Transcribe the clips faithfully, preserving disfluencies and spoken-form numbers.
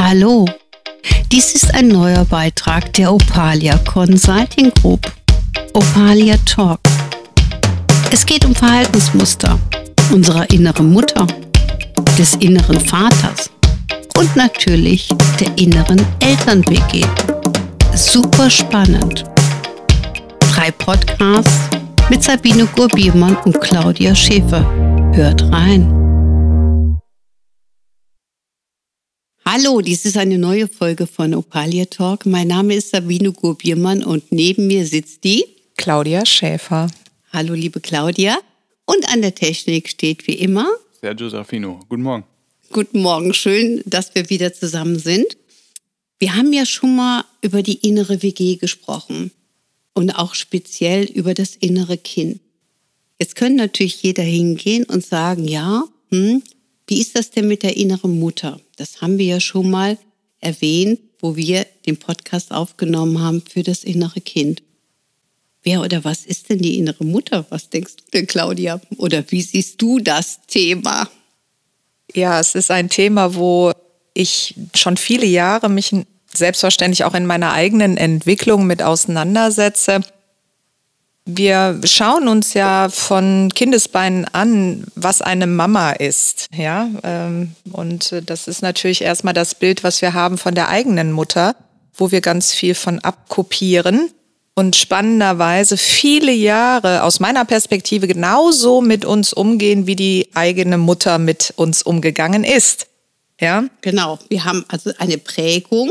Hallo, dies ist ein neuer Beitrag der Opalia Consulting Group, Opalia Talk. Es geht um Verhaltensmuster unserer inneren Mutter, des inneren Vaters und natürlich der inneren Eltern-W G. Super spannend. Drei Podcasts mit Sabine Gurbiermann und Claudia Schäfer. Hört rein. Hallo, dies ist eine neue Folge von Opalia Talk. Mein Name ist Sabine Gurbiermann und neben mir sitzt die Claudia Schäfer. Hallo, liebe Claudia. Und an der Technik steht wie immer Sergio Serafino. Guten Morgen. Guten Morgen, schön, dass wir wieder zusammen sind. Wir haben ja schon mal über die innere W G gesprochen und auch speziell über das innere Kind. Jetzt könnte natürlich jeder hingehen und sagen, ja, hm, wie ist das denn mit der inneren Mutter? Das haben wir ja schon mal erwähnt, wo wir den Podcast aufgenommen haben für das innere Kind. Wer oder was ist denn die innere Mutter? Was denkst du denn, Claudia? Oder wie siehst du das Thema? Ja, es ist ein Thema, wo ich schon viele Jahre mich selbstverständlich auch in meiner eigenen Entwicklung mit auseinandersetze. Wir schauen uns ja von Kindesbeinen an, was eine Mama ist, ja, und das ist natürlich erstmal das Bild, was wir haben von der eigenen Mutter, wo wir ganz viel von abkopieren und spannenderweise viele Jahre aus meiner Perspektive genauso mit uns umgehen, wie die eigene Mutter mit uns umgegangen ist, ja. Genau, wir haben also eine Prägung,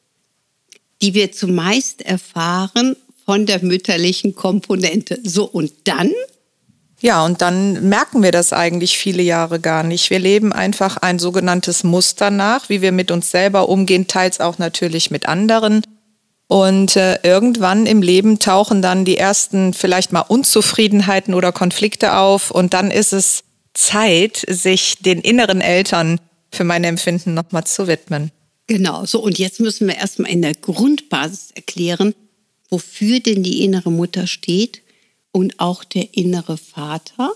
die wir zumeist erfahren von der mütterlichen Komponente. So, und dann? Ja, und dann merken wir das eigentlich viele Jahre gar nicht. Wir leben einfach ein sogenanntes Muster nach, wie wir mit uns selber umgehen, teils auch natürlich mit anderen. Und äh, irgendwann im Leben tauchen dann die ersten vielleicht mal Unzufriedenheiten oder Konflikte auf. Und dann ist es Zeit, sich den inneren Eltern für mein Empfinden nochmal zu widmen. Genau, so, und jetzt müssen wir erstmal in der Grundbasis erklären, wofür denn die innere Mutter steht und auch der innere Vater.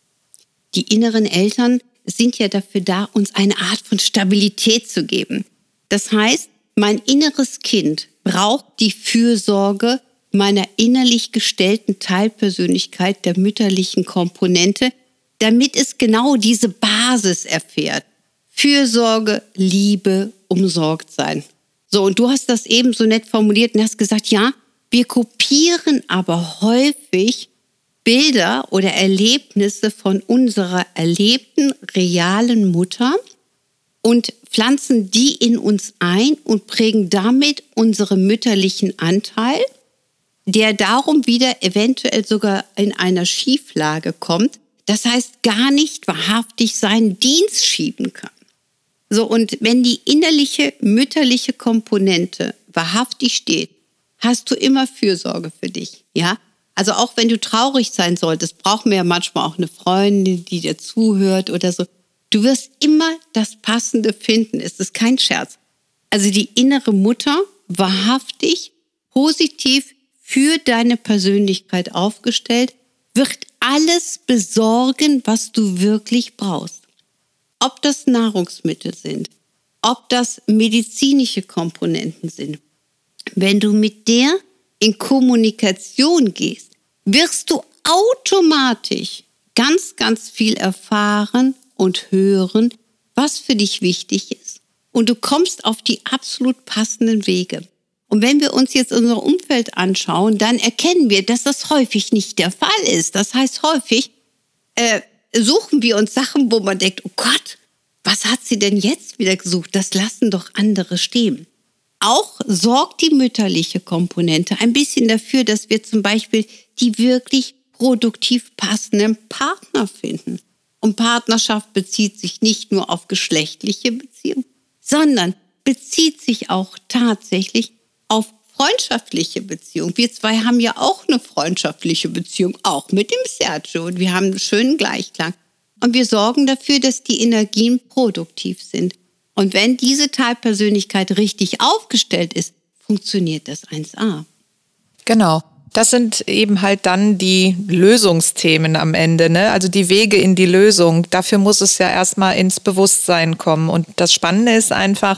Die inneren Eltern sind ja dafür da, uns eine Art von Stabilität zu geben. Das heißt, mein inneres Kind braucht die Fürsorge meiner innerlich gestellten Teilpersönlichkeit, der mütterlichen Komponente, damit es genau diese Basis erfährt. Fürsorge, Liebe, Umsorgtsein. So, und du hast das eben so nett formuliert und hast gesagt, ja, wir kopieren aber häufig Bilder oder Erlebnisse von unserer erlebten, realen Mutter und pflanzen die in uns ein und prägen damit unseren mütterlichen Anteil, der darum wieder eventuell sogar in einer Schieflage kommt. Das heißt, gar nicht wahrhaftig seinen Dienst schieben kann. So, und wenn die innerliche, mütterliche Komponente wahrhaftig steht, hast du immer Fürsorge für dich, ja? Also auch wenn du traurig sein solltest, brauchen wir ja manchmal auch eine Freundin, die dir zuhört oder so. Du wirst immer das Passende finden, es ist kein Scherz. Also die innere Mutter, wahrhaftig, positiv für deine Persönlichkeit aufgestellt, wird alles besorgen, was du wirklich brauchst. Ob das Nahrungsmittel sind, ob das medizinische Komponenten sind. Wenn du mit der in Kommunikation gehst, wirst du automatisch ganz, ganz viel erfahren und hören, was für dich wichtig ist. Und du kommst auf die absolut passenden Wege. Und wenn wir uns jetzt unser Umfeld anschauen, dann erkennen wir, dass das häufig nicht der Fall ist. Das heißt, häufig äh, suchen wir uns Sachen, wo man denkt, oh Gott, was hat sie denn jetzt wieder gesucht? Das lassen doch andere stehen. Auch sorgt die mütterliche Komponente ein bisschen dafür, dass wir zum Beispiel die wirklich produktiv passenden Partner finden. Und Partnerschaft bezieht sich nicht nur auf geschlechtliche Beziehungen, sondern bezieht sich auch tatsächlich auf freundschaftliche Beziehungen. Wir zwei haben ja auch eine freundschaftliche Beziehung, auch mit dem Sergio. Und wir haben einen schönen Gleichklang. Und wir sorgen dafür, dass die Energien produktiv sind. Und wenn diese Teilpersönlichkeit richtig aufgestellt ist, funktioniert das eins a. Genau. Das sind eben halt dann die Lösungsthemen am Ende, ne? Also die Wege in die Lösung. Dafür muss es ja erstmal ins Bewusstsein kommen. Und das Spannende ist einfach,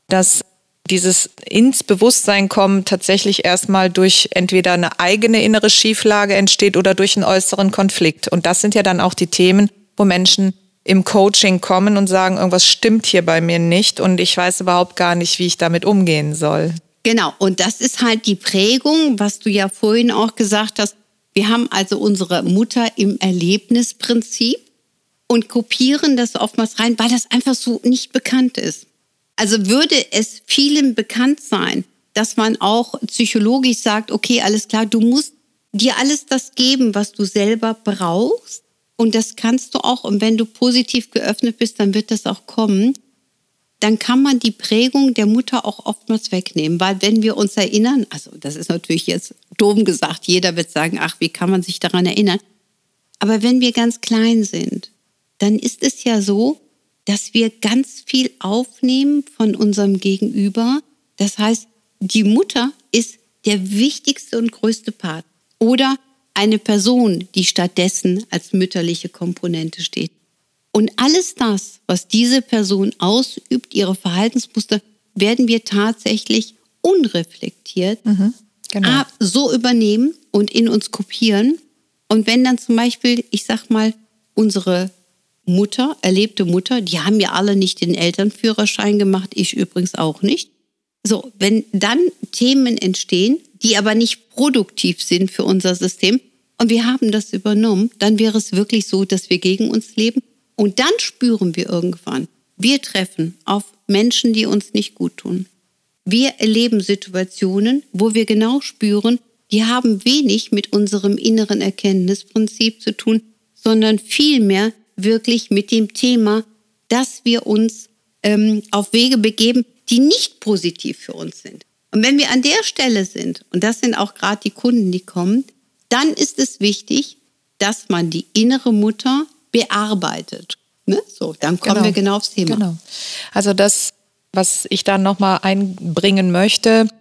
dass dieses ins Bewusstsein kommen tatsächlich erstmal durch entweder eine eigene innere Schieflage entsteht oder durch einen äußeren Konflikt. Und das sind ja dann auch die Themen, wo Menschen im Coaching kommen und sagen, irgendwas stimmt hier bei mir nicht und ich weiß überhaupt gar nicht, wie ich damit umgehen soll. Genau, und das ist halt die Prägung, was du ja vorhin auch gesagt hast. Wir haben also unsere Mutter im Erlebnisprinzip und kopieren das oftmals rein, weil das einfach so nicht bekannt ist. Also würde es vielen bekannt sein, dass man auch psychologisch sagt, okay, alles klar, du musst dir alles das geben, was du selber brauchst. Und das kannst du auch. Und wenn du positiv geöffnet bist, dann wird das auch kommen. Dann kann man die Prägung der Mutter auch oftmals wegnehmen. Weil wenn wir uns erinnern, also das ist natürlich jetzt doof gesagt, jeder wird sagen, ach, wie kann man sich daran erinnern? Aber wenn wir ganz klein sind, dann ist es ja so, dass wir ganz viel aufnehmen von unserem Gegenüber. Das heißt, die Mutter ist der wichtigste und größte Part. Oder eine Person, die stattdessen als mütterliche Komponente steht. Und alles das, was diese Person ausübt, ihre Verhaltensmuster, werden wir tatsächlich unreflektiert Mhm, genau. so übernehmen und in uns kopieren. Und wenn dann zum Beispiel, ich sag mal, unsere Mutter, erlebte Mutter, die haben ja alle nicht den Elternführerschein gemacht, ich übrigens auch nicht. So, wenn dann Themen entstehen, die aber nicht produktiv sind für unser System und wir haben das übernommen, dann wäre es wirklich so, dass wir gegen uns leben und dann spüren wir irgendwann, wir treffen auf Menschen, die uns nicht gut tun. Wir erleben Situationen, wo wir genau spüren, die haben wenig mit unserem inneren Erkenntnisprinzip zu tun, sondern vielmehr wirklich mit dem Thema, dass wir uns ähm, auf Wege begeben, die nicht positiv für uns sind. Und wenn wir an der Stelle sind, und das sind auch gerade die Kunden, die kommen, dann ist es wichtig, dass man die innere Mutter bearbeitet. Ne? So, dann kommen Genau. wir genau aufs Thema. Genau. Also das, was ich dann nochmal einbringen möchte,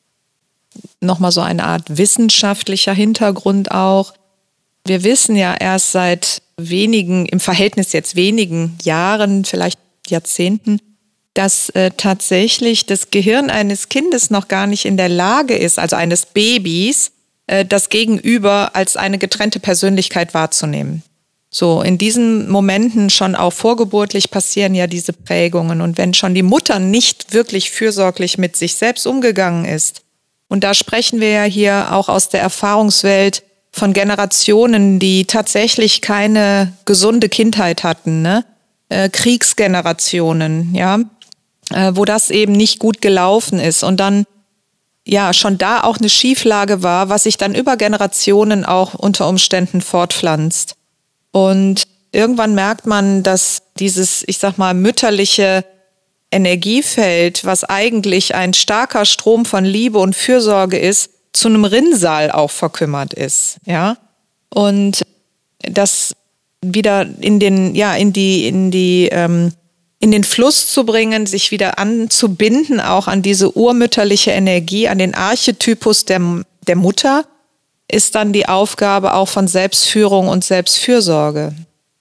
nochmal so eine Art wissenschaftlicher Hintergrund auch. Wir wissen ja erst seit wenigen, im Verhältnis jetzt wenigen Jahren, vielleicht Jahrzehnten, dass äh, tatsächlich das Gehirn eines Kindes noch gar nicht in der Lage ist, also eines Babys, äh, das Gegenüber als eine getrennte Persönlichkeit wahrzunehmen. So, in diesen Momenten schon auch vorgeburtlich passieren ja diese Prägungen. Und wenn schon die Mutter nicht wirklich fürsorglich mit sich selbst umgegangen ist, und da sprechen wir ja hier auch aus der Erfahrungswelt von Generationen, die tatsächlich keine gesunde Kindheit hatten, ne? Äh, Kriegsgenerationen, ja, äh, wo das eben nicht gut gelaufen ist und dann ja schon da auch eine Schieflage war, was sich dann über Generationen auch unter Umständen fortpflanzt. Und irgendwann merkt man, dass dieses, ich sag mal, mütterliche Energiefeld, was eigentlich ein starker Strom von Liebe und Fürsorge ist, zu einem Rinnsal auch verkümmert ist, ja. Und das wieder in den, ja, in die, in die, ähm, in den Fluss zu bringen, sich wieder anzubinden, auch an diese urmütterliche Energie, an den Archetypus der, der Mutter, ist dann die Aufgabe auch von Selbstführung und Selbstfürsorge.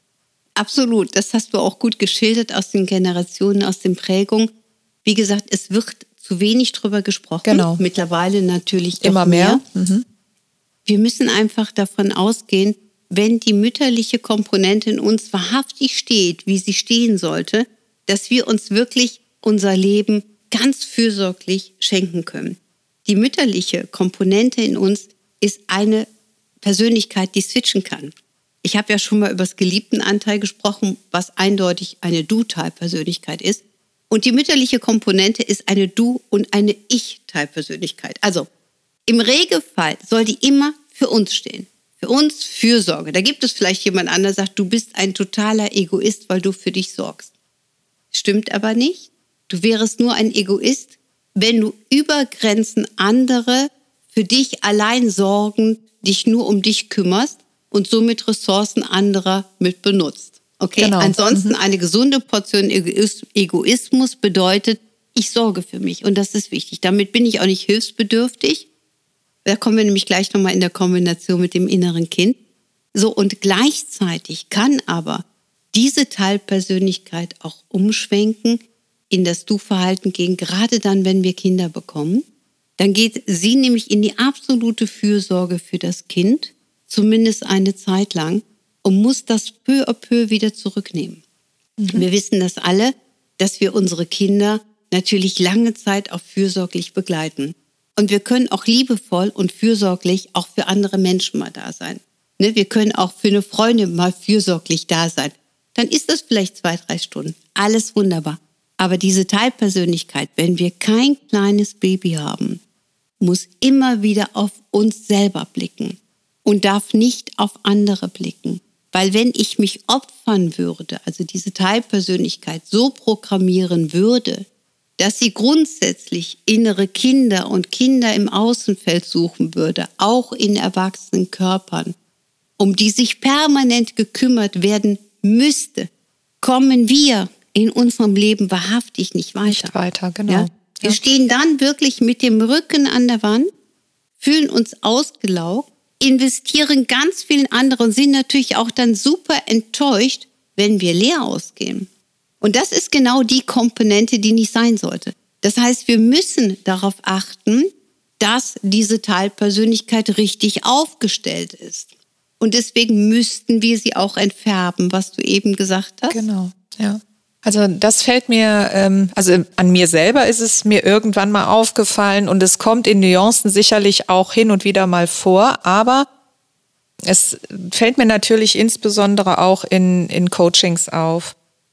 Absolut, das hast du auch gut geschildert aus den Generationen, aus den Prägungen. Wie gesagt, es wird zu wenig drüber gesprochen. Genau. Mittlerweile natürlich Immer mehr. mehr. Mhm. Wir müssen einfach davon ausgehen, wenn die mütterliche Komponente in uns wahrhaftig steht, wie sie stehen sollte, dass wir uns wirklich unser Leben ganz fürsorglich schenken können. Die mütterliche Komponente in uns ist eine Persönlichkeit, die switchen kann. Ich habe ja schon mal über das Geliebtenanteil gesprochen, was eindeutig eine Du-Teil-Persönlichkeit ist. Und die mütterliche Komponente ist eine Du- und eine Ich-Teil-Persönlichkeit. Also im Regelfall soll die immer für uns stehen. Für uns Fürsorge. Da gibt es vielleicht jemand anderes, der sagt, du bist ein totaler Egoist, weil du für dich sorgst. Stimmt aber nicht. Du wärest nur ein Egoist, wenn du über Grenzen andere für dich allein sorgend dich nur um dich kümmerst und somit Ressourcen anderer mit benutzt. Okay? Genau. Ansonsten Mhm. eine gesunde Portion Egoismus bedeutet, ich sorge für mich und das ist wichtig. Damit bin ich auch nicht hilfsbedürftig. Da kommen wir nämlich gleich nochmal in der Kombination mit dem inneren Kind. So, und gleichzeitig kann aber diese Teilpersönlichkeit auch umschwenken in das Du-Verhalten gehen, gerade dann, wenn wir Kinder bekommen. Dann geht sie nämlich in die absolute Fürsorge für das Kind, zumindest eine Zeit lang, und muss das peu à peu wieder zurücknehmen. Mhm. Wir wissen das alle, dass wir unsere Kinder natürlich lange Zeit auch fürsorglich begleiten. Und wir können auch liebevoll und fürsorglich auch für andere Menschen mal da sein. Ne, wir können auch für eine Freundin mal fürsorglich da sein. Dann ist das vielleicht zwei, drei Stunden. Alles wunderbar. Aber diese Teilpersönlichkeit, wenn wir kein kleines Baby haben, muss immer wieder auf uns selber blicken und darf nicht auf andere blicken. Weil wenn ich mich opfern würde, also diese Teilpersönlichkeit so programmieren würde, dass sie grundsätzlich innere Kinder und Kinder im Außenfeld suchen würde, auch in erwachsenen Körpern, um die sich permanent gekümmert werden müsste, kommen wir in unserem Leben wahrhaftig nicht weiter. Nicht weiter, genau. Ja? Wir ja. stehen dann wirklich mit dem Rücken an der Wand, fühlen uns ausgelaugt, investieren ganz vielen anderen, sind natürlich auch dann super enttäuscht, wenn wir leer ausgehen. Und das ist genau die Komponente, die nicht sein sollte. Das heißt, wir müssen darauf achten, dass diese Teilpersönlichkeit richtig aufgestellt ist. Und deswegen müssten wir sie auch entfärben, was du eben gesagt hast. Genau, ja. Also das fällt mir, ähm, also an mir selber ist es mir irgendwann mal aufgefallen und es kommt in Nuancen sicherlich auch hin und wieder mal vor, aber es fällt mir natürlich insbesondere auch in, in Coachings auf,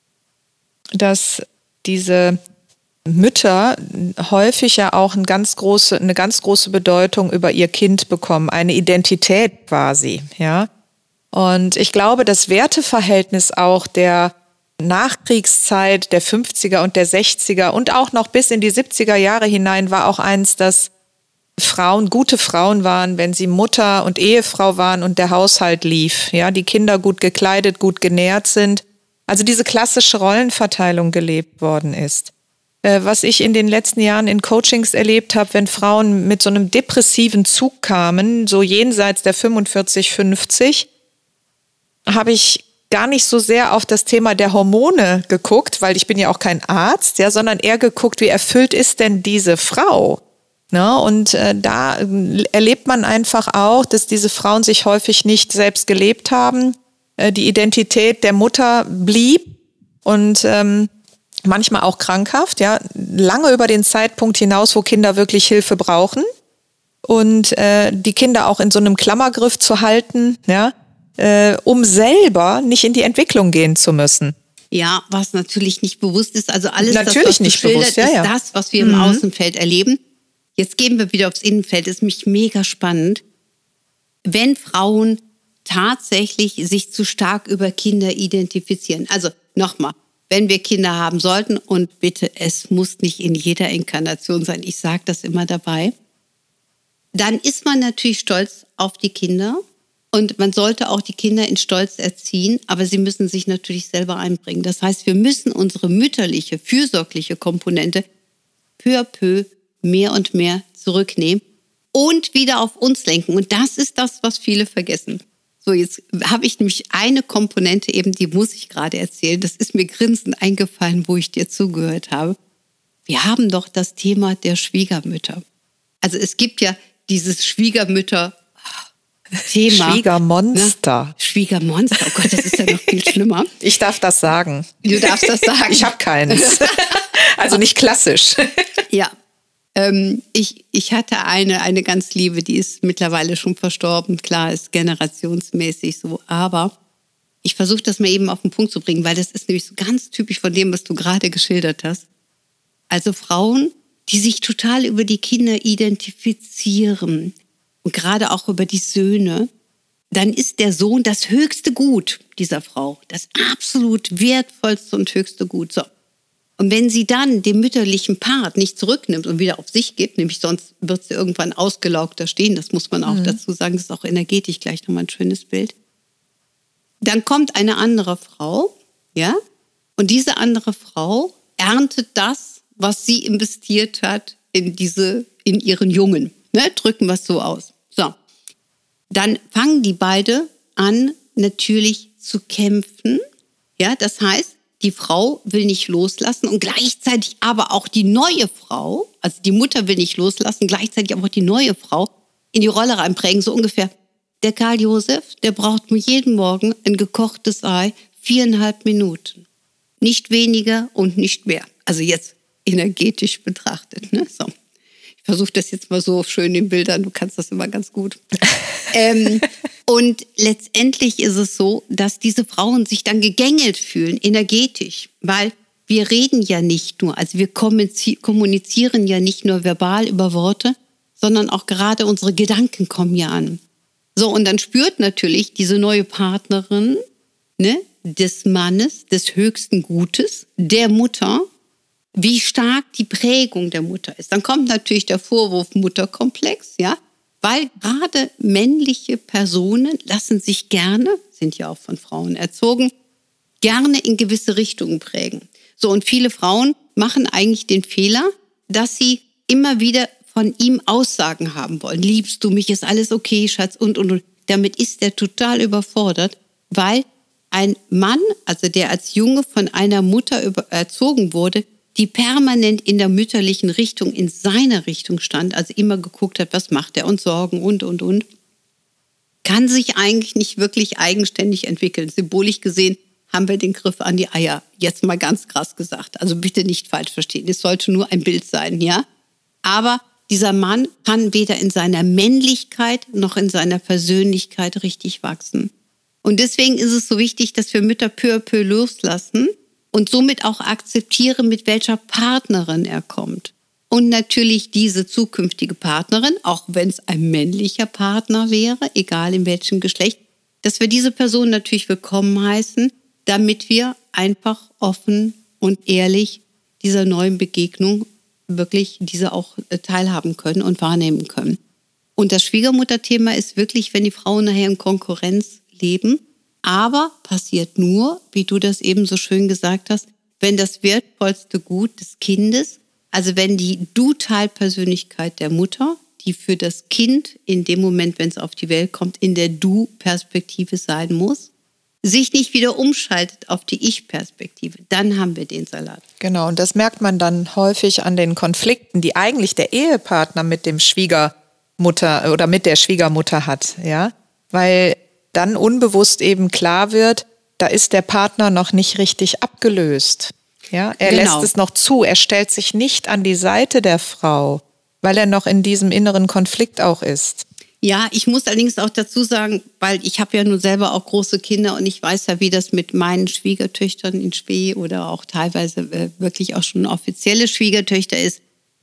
dass diese Mütter häufig ja auch eine ganz große, eine ganz große Bedeutung über ihr Kind bekommen, eine Identität quasi, ja. Und ich glaube, das Werteverhältnis auch der Nachkriegszeit, der fünfziger und der sechziger und auch noch bis in die siebziger Jahre hinein war auch eins, dass Frauen gute Frauen waren, wenn sie Mutter und Ehefrau waren und der Haushalt lief, ja, die Kinder gut gekleidet, gut genährt sind. Also diese klassische Rollenverteilung gelebt worden ist. Was ich in den letzten Jahren in Coachings erlebt habe, wenn Frauen mit so einem depressiven Zug kamen, so jenseits der fünfundvierzig, fünfzig, habe ich gar nicht so sehr auf das Thema der Hormone geguckt, weil ich bin ja auch kein Arzt, ja, sondern eher geguckt, wie erfüllt ist denn diese Frau? Na, und äh, da erlebt man einfach auch, dass diese Frauen sich häufig nicht selbst gelebt haben, äh, die Identität der Mutter blieb und ähm, manchmal auch krankhaft, ja, lange über den Zeitpunkt hinaus, wo Kinder wirklich Hilfe brauchen und äh, die Kinder auch in so einem Klammergriff zu halten, ja, Äh, um selber nicht in die Entwicklung gehen zu müssen. Ja, was natürlich nicht bewusst ist. Also alles, natürlich das, was nicht du schildert, bewusst, ja, ist ja. das, was wir mhm. im Außenfeld erleben. Jetzt gehen wir wieder aufs Innenfeld. Das ist mich mega spannend. Wenn Frauen tatsächlich sich zu stark über Kinder identifizieren. Also nochmal, wenn wir Kinder haben sollten, und bitte, es muss nicht in jeder Inkarnation sein, ich sage das immer dabei, dann ist man natürlich stolz auf die Kinder. Und man sollte auch die Kinder in Stolz erziehen, aber sie müssen sich natürlich selber einbringen. Das heißt, wir müssen unsere mütterliche, fürsorgliche Komponente peu à peu mehr und mehr zurücknehmen und wieder auf uns lenken. Und das ist das, was viele vergessen. So, jetzt habe ich nämlich eine Komponente eben, die muss ich gerade erzählen. Das ist mir grinsend eingefallen, wo ich dir zugehört habe. Wir haben doch das Thema der Schwiegermütter. Also es gibt ja dieses Schwiegermütter- Thema. Schwiegermonster. Ne? Schwiegermonster, oh Gott, das ist ja noch viel schlimmer. Ich darf das sagen. Du darfst das sagen. Ich habe keins. Also nicht klassisch. Ja, ähm, ich, ich hatte eine, eine ganz liebe, die ist mittlerweile schon verstorben. Klar, ist generationsmäßig so, aber ich versuche das mal eben auf den Punkt zu bringen, weil das ist nämlich so ganz typisch von dem, was du gerade geschildert hast. Also Frauen, die sich total über die Kinder identifizieren, und gerade auch über die Söhne, dann ist der Sohn das höchste Gut dieser Frau, das absolut wertvollste und höchste Gut. So. Und wenn sie dann den mütterlichen Part nicht zurücknimmt und wieder auf sich gibt, nämlich sonst wird sie irgendwann ausgelaugt da stehen, das muss man auch mhm. dazu sagen, das ist auch energetisch gleich nochmal ein schönes Bild, dann kommt eine andere Frau, ja, und diese andere Frau erntet das, was sie investiert hat in diese, in ihren Jungen. Ne? Drücken wir es so aus. So, dann fangen die beide an, natürlich zu kämpfen. Ja, das heißt, die Frau will nicht loslassen und gleichzeitig aber auch die neue Frau, also die Mutter will nicht loslassen, gleichzeitig aber auch die neue Frau in die Rolle reinprägen, so ungefähr. Der Karl Josef, der braucht nur jeden Morgen ein gekochtes Ei, viereinhalb Minuten. Nicht weniger und nicht mehr. Also jetzt energetisch betrachtet. Ne? So. Ich versuche das jetzt mal so schön in Bildern, du kannst das immer ganz gut. ähm, und letztendlich ist es so, dass diese Frauen sich dann gegängelt fühlen, energetisch. Weil wir reden ja nicht nur, also wir kommunizieren ja nicht nur verbal über Worte, sondern auch gerade unsere Gedanken kommen ja an. So, und dann spürt natürlich diese neue Partnerin, ne, des Mannes, des höchsten Gutes, der Mutter, wie stark die Prägung der Mutter ist. Dann kommt natürlich der Vorwurf Mutterkomplex, ja, weil gerade männliche Personen lassen sich gerne, sind ja auch von Frauen erzogen, gerne in gewisse Richtungen prägen. So, und viele Frauen machen eigentlich den Fehler, dass sie immer wieder von ihm Aussagen haben wollen. Liebst du mich, ist alles okay, Schatz, und, und, und. Damit ist er total überfordert, weil ein Mann, also der als Junge von einer Mutter über, erzogen wurde, die permanent in der mütterlichen Richtung, in seiner Richtung stand, also immer geguckt hat, was macht er und Sorgen und, und, und, kann sich eigentlich nicht wirklich eigenständig entwickeln. Symbolisch gesehen haben wir den Griff an die Eier, jetzt mal ganz krass gesagt. Also bitte nicht falsch verstehen, es sollte nur ein Bild sein, ja. Aber dieser Mann kann weder in seiner Männlichkeit noch in seiner Persönlichkeit richtig wachsen. Und deswegen ist es so wichtig, dass wir Mütter peu à peu loslassen und somit auch akzeptieren, mit welcher Partnerin er kommt. Und natürlich diese zukünftige Partnerin, auch wenn es ein männlicher Partner wäre, egal in welchem Geschlecht, dass wir diese Person natürlich willkommen heißen, damit wir einfach offen und ehrlich dieser neuen Begegnung wirklich diese auch teilhaben können und wahrnehmen können. Und das Schwiegermutterthema ist wirklich, wenn die Frauen nachher in Konkurrenz leben, aber passiert nur, wie du das eben so schön gesagt hast, wenn das wertvollste Gut des Kindes, also wenn die Du-Teilpersönlichkeit der Mutter, die für das Kind in dem Moment, wenn es auf die Welt kommt, in der Du-Perspektive sein muss, sich nicht wieder umschaltet auf die Ich-Perspektive, dann haben wir den Salat. Genau, und das merkt man dann häufig an den Konflikten, die eigentlich der Ehepartner mit dem Schwiegermutter oder mit der Schwiegermutter hat, ja, weil dann unbewusst eben klar wird, da ist der Partner noch nicht richtig abgelöst. Ja, er Genau. lässt es noch zu, er stellt sich nicht an die Seite der Frau, weil er noch in diesem inneren Konflikt auch ist. Ja, ich muss allerdings auch dazu sagen, weil ich habe ja nun selber auch große Kinder und ich weiß ja, wie das mit meinen Schwiegertöchtern in Spee oder auch teilweise äh, wirklich auch schon offizielle Schwiegertöchter ist.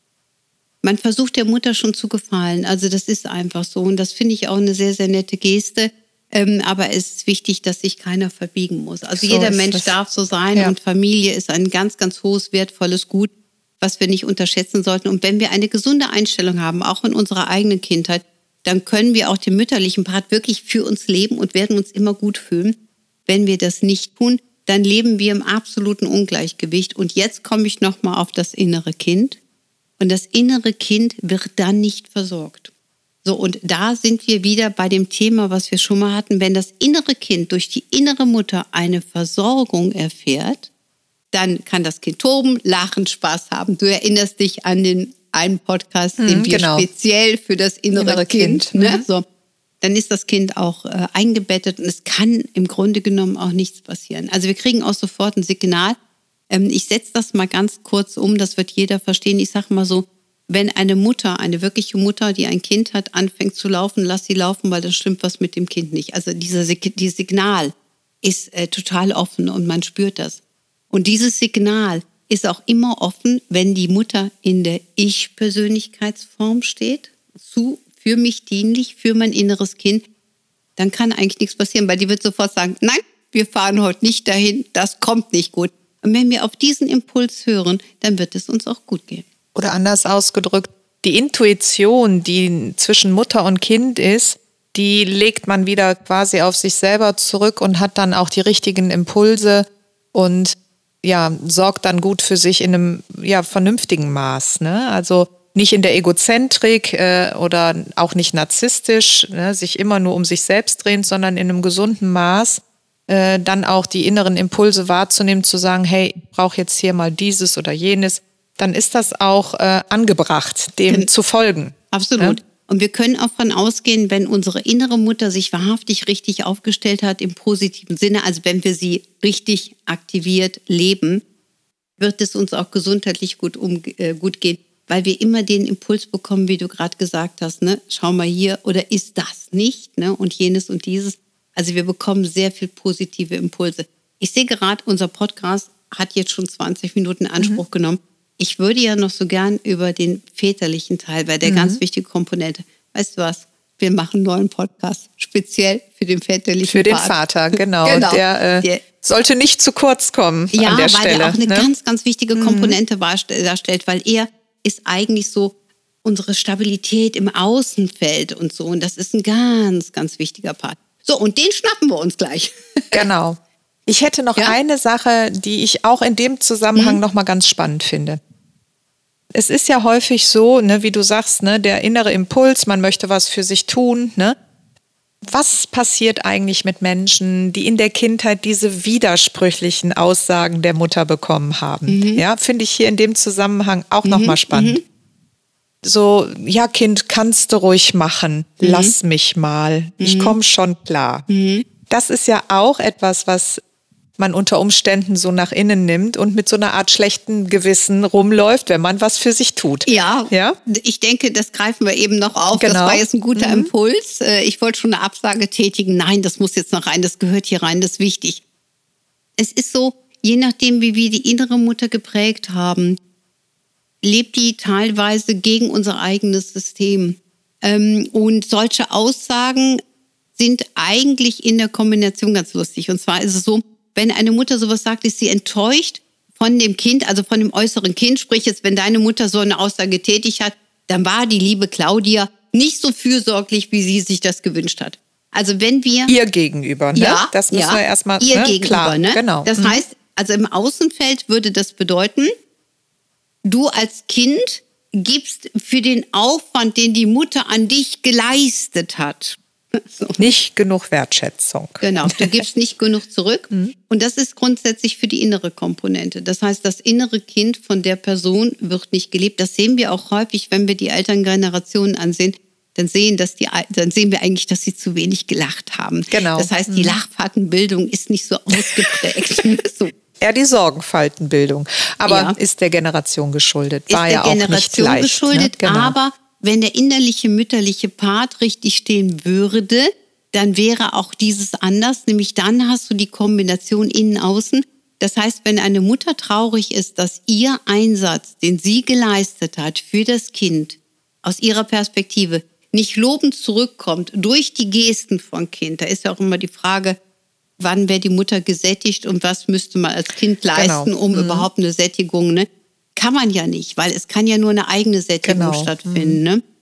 Man versucht der Mutter schon zu gefallen, also das ist einfach so und das finde ich auch eine sehr, sehr nette Geste. Ähm, aber es ist wichtig, dass sich keiner verbiegen muss. Also so jeder Mensch das. darf so sein Ja. Und Familie ist ein ganz, ganz hohes, wertvolles Gut, was wir nicht unterschätzen sollten. Und wenn wir eine gesunde Einstellung haben, auch in unserer eigenen Kindheit, dann können wir auch den mütterlichen Part wirklich für uns leben und werden uns immer gut fühlen. Wenn wir das nicht tun, dann leben wir im absoluten Ungleichgewicht. Und jetzt komme ich nochmal auf das innere Kind. Und das innere Kind wird dann nicht versorgt. So, und da sind wir wieder bei dem Thema, was wir schon mal hatten. Wenn das innere Kind durch die innere Mutter eine Versorgung erfährt, dann kann das Kind toben, lachen, Spaß haben. Du erinnerst dich an den einen Podcast, den Mhm, wir genau. speziell für das innere, Innere Kind, Kind, ne? mhm. So, dann ist das Kind auch äh, eingebettet und es kann im Grunde genommen auch nichts passieren. Also wir kriegen auch sofort ein Signal. Ähm, ich setze das mal ganz kurz um, das wird jeder verstehen. Ich sage mal so, wenn eine Mutter, eine wirkliche Mutter, die ein Kind hat, anfängt zu laufen, lass sie laufen, weil das stimmt was mit dem Kind nicht. Also dieser dieses Signal ist äh, total offen und man spürt das. Und dieses Signal ist auch immer offen, wenn die Mutter in der Ich-Persönlichkeitsform steht, zu, für mich dienlich, für mein inneres Kind, dann kann eigentlich nichts passieren, weil die wird sofort sagen, nein, wir fahren heute nicht dahin, das kommt nicht gut. Und wenn wir auf diesen Impuls hören, dann wird es uns auch gut gehen. Oder anders ausgedrückt, die Intuition, die zwischen Mutter und Kind ist, die legt man wieder quasi auf sich selber zurück und hat dann auch die richtigen Impulse und ja, sorgt dann gut für sich in einem ja, vernünftigen Maß. Ne? Also nicht in der Egozentrik äh, oder auch nicht narzisstisch, ne? Sich immer nur um sich selbst drehend, sondern in einem gesunden Maß äh, dann auch die inneren Impulse wahrzunehmen, zu sagen, hey, ich brauche jetzt hier mal dieses oder jenes, dann ist das auch äh, angebracht, dem Gen- zu folgen. Absolut. Ja? Und wir können auch davon ausgehen, wenn unsere innere Mutter sich wahrhaftig richtig aufgestellt hat, im positiven Sinne, also wenn wir sie richtig aktiviert leben, wird es uns auch gesundheitlich gut, um, äh, gut gehen, weil wir immer den Impuls bekommen, wie du gerade gesagt hast, ne? Schau mal hier, oder ist das nicht, ne? Und jenes und dieses. Also wir bekommen sehr viel positive Impulse. Ich sehe gerade, unser Podcast hat jetzt schon zwanzig Minuten in Anspruch mhm. genommen. Ich würde ja noch so gern über den väterlichen Teil, weil der mhm. ganz wichtige Komponente. Weißt du was? Wir machen einen neuen Podcast, speziell für den väterlichen Für den Part. Vater, genau. genau. Der, äh, der sollte nicht zu kurz kommen ja, an der weil Stelle. er auch eine ne? ganz, ganz wichtige Komponente mhm. darstellt, weil er ist eigentlich so unsere Stabilität im Außenfeld und so. Und das ist ein ganz, ganz wichtiger Part. So, und den schnappen wir uns gleich. Genau. Ich hätte noch ja? eine Sache, die ich auch in dem Zusammenhang mhm. noch mal ganz spannend finde. Es ist ja häufig so, ne, wie du sagst, ne, der innere Impuls, man möchte was für sich tun. Ne? Was passiert eigentlich mit Menschen, die in der Kindheit diese widersprüchlichen Aussagen der Mutter bekommen haben? Mhm. Ja, finde ich hier in dem Zusammenhang auch mhm. noch mal spannend. Mhm. So, ja Kind, kannst du ruhig machen, mhm. lass mich mal, ich komme schon klar. Mhm. Das ist ja auch etwas, was man unter Umständen so nach innen nimmt und mit so einer Art schlechten Gewissen rumläuft, wenn man was für sich tut. Ja, ja? Ich denke, das greifen wir eben noch auf. Genau. Das war jetzt ein guter mhm. Impuls. Ich wollte schon eine Absage tätigen. Nein, das muss jetzt noch rein, das gehört hier rein, das ist wichtig. Es ist so, je nachdem, wie wir die innere Mutter geprägt haben, lebt die teilweise gegen unser eigenes System. Und solche Aussagen sind eigentlich in der Kombination ganz lustig. Und zwar ist es so, wenn eine Mutter sowas sagt, ist sie enttäuscht von dem Kind, also von dem äußeren Kind. Sprich jetzt, wenn deine Mutter so eine Aussage tätig hat, dann war die liebe Claudia nicht so fürsorglich, wie sie sich das gewünscht hat. Also wenn wir... Ihr gegenüber, ne? Ja, das müssen ja, wir erstmal... Ihr ne? gegenüber, Klar, ne? Genau. Das mhm. heißt, also im Außenfeld würde das bedeuten, du als Kind gibst für den Aufwand, den die Mutter an dich geleistet hat, so. nicht genug Wertschätzung. Genau, du gibst nicht genug zurück. Mhm. Und das ist grundsätzlich für die innere Komponente. Das heißt, das innere Kind von der Person wird nicht gelebt. Das sehen wir auch häufig, wenn wir die Elterngenerationen ansehen. Dann sehen, dass die, dann sehen wir eigentlich, dass sie zu wenig gelacht haben. Genau. Das heißt, die Lachfahrtenbildung ist nicht so ausgeprägt. so. Eher die Sorgenfaltenbildung. Aber ja. ist der Generation geschuldet. War ist ja der auch Generation nicht leicht, geschuldet, ne? Genau. Aber wenn der innerliche mütterliche Part richtig stehen würde, dann wäre auch dieses anders. Nämlich dann hast du die Kombination innen-außen. Das heißt, wenn eine Mutter traurig ist, dass ihr Einsatz, den sie geleistet hat für das Kind, aus ihrer Perspektive nicht lobend zurückkommt durch die Gesten von Kind, da ist ja auch immer die Frage, wann wäre die Mutter gesättigt und was müsste man als Kind leisten, genau. um mhm. überhaupt eine Sättigung, ne? Kann man ja nicht, weil es kann ja nur eine eigene Sättigung genau. stattfinden. Mhm. Ne?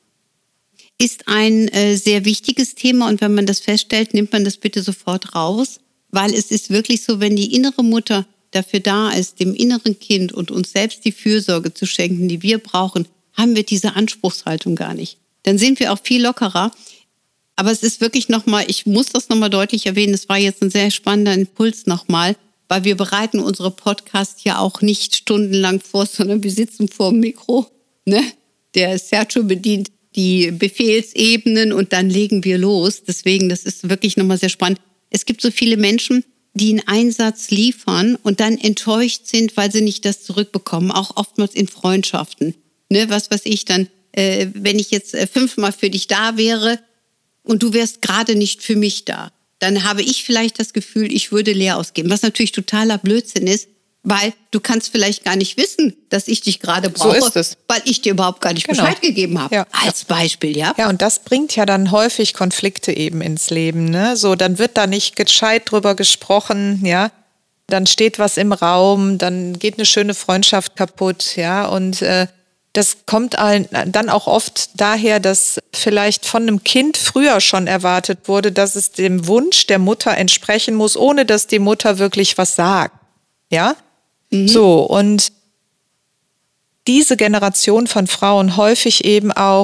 Ist ein äh, sehr wichtiges Thema und wenn man das feststellt, nimmt man das bitte sofort raus, weil es ist wirklich so, wenn die innere Mutter dafür da ist, dem inneren Kind und uns selbst die Fürsorge zu schenken, die wir brauchen, haben wir diese Anspruchshaltung gar nicht. Dann sind wir auch viel lockerer. Aber es ist wirklich nochmal, ich muss das nochmal deutlich erwähnen, es war jetzt ein sehr spannender Impuls nochmal, weil wir bereiten unsere Podcasts ja auch nicht stundenlang vor, sondern wir sitzen vor dem Mikro. Ne? Der Sergio bedient die Befehlsebenen und dann legen wir los. Deswegen, das ist wirklich nochmal sehr spannend. Es gibt so viele Menschen, die einen Einsatz liefern und dann enttäuscht sind, weil sie nicht das zurückbekommen, auch oftmals in Freundschaften. Ne? Was weiß ich dann, äh, wenn ich jetzt äh, fünfmal für dich da wäre und du wärst gerade nicht für mich da, dann habe ich vielleicht das Gefühl, ich würde leer ausgeben. Was natürlich totaler Blödsinn ist, weil du kannst vielleicht gar nicht wissen, dass ich dich gerade brauche, so ist es. weil ich dir überhaupt gar nicht genau. Bescheid gegeben habe. Ja. Als Beispiel, ja. Ja, und das bringt ja dann häufig Konflikte eben ins Leben. Ne? So, dann wird da nicht gescheit drüber gesprochen, ja. Dann steht was im Raum, dann geht eine schöne Freundschaft kaputt, ja. Und äh, das kommt dann auch oft daher, dass vielleicht von einem Kind früher schon erwartet wurde, dass es dem Wunsch der Mutter entsprechen muss, ohne dass die Mutter wirklich was sagt. Ja? Mhm. So, und diese Generation von Frauen häufig eben auch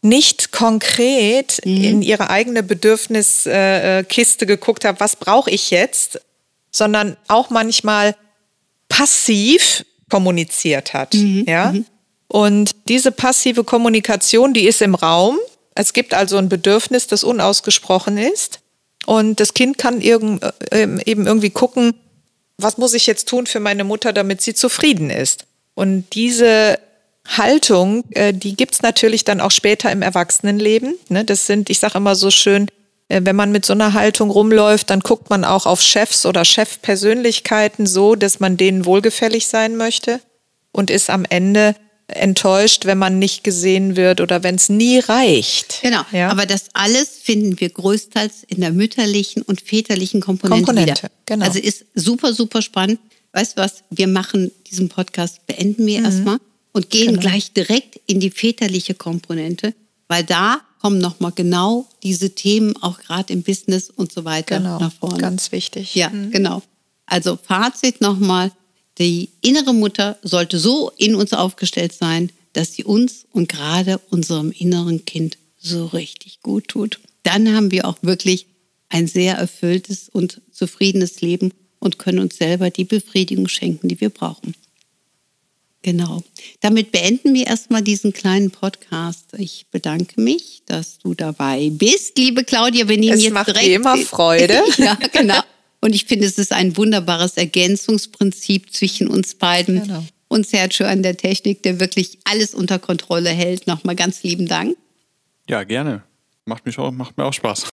nicht konkret mhm. in ihre eigene Bedürfniskiste geguckt hat, was brauche ich jetzt, sondern auch manchmal passiv kommuniziert hat. Mhm. Ja? Mhm. Und diese passive Kommunikation, die ist im Raum. Es gibt also ein Bedürfnis, das unausgesprochen ist. Und das Kind kann irgend, äh, eben irgendwie gucken, was muss ich jetzt tun für meine Mutter, damit sie zufrieden ist. Und diese Haltung, äh, die gibt's natürlich dann auch später im Erwachsenenleben. Ne? Das sind, ich sage immer so schön, äh, wenn man mit so einer Haltung rumläuft, dann guckt man auch auf Chefs oder Chefpersönlichkeiten so, dass man denen wohlgefällig sein möchte und ist am Ende enttäuscht, wenn man nicht gesehen wird oder wenn es nie reicht. Genau, ja? Aber das alles finden wir größtenteils in der mütterlichen und väterlichen Komponente, Komponente wieder. Genau. Also ist super, super spannend. Weißt du was, wir machen diesen Podcast, beenden wir mhm. erstmal und gehen genau. gleich direkt in die väterliche Komponente, weil da kommen nochmal genau diese Themen auch gerade im Business und so weiter genau. nach vorne. Ganz wichtig. Ja, mhm. genau. Also Fazit nochmal, die innere Mutter sollte so in uns aufgestellt sein, dass sie uns und gerade unserem inneren Kind so richtig gut tut. Dann haben wir auch wirklich ein sehr erfülltes und zufriedenes Leben und können uns selber die Befriedigung schenken, die wir brauchen. Genau. Damit beenden wir erstmal diesen kleinen Podcast. Ich bedanke mich, dass du dabei bist, liebe Claudia. Wir nehmen es jetzt macht direkt wie immer Freude. Ja, genau. Und ich finde, es ist ein wunderbares Ergänzungsprinzip zwischen uns beiden. Genau. Und Sergio an der Technik, der wirklich alles unter Kontrolle hält. Nochmal ganz lieben Dank. Ja, gerne. Macht, mich auch, macht mir auch Spaß.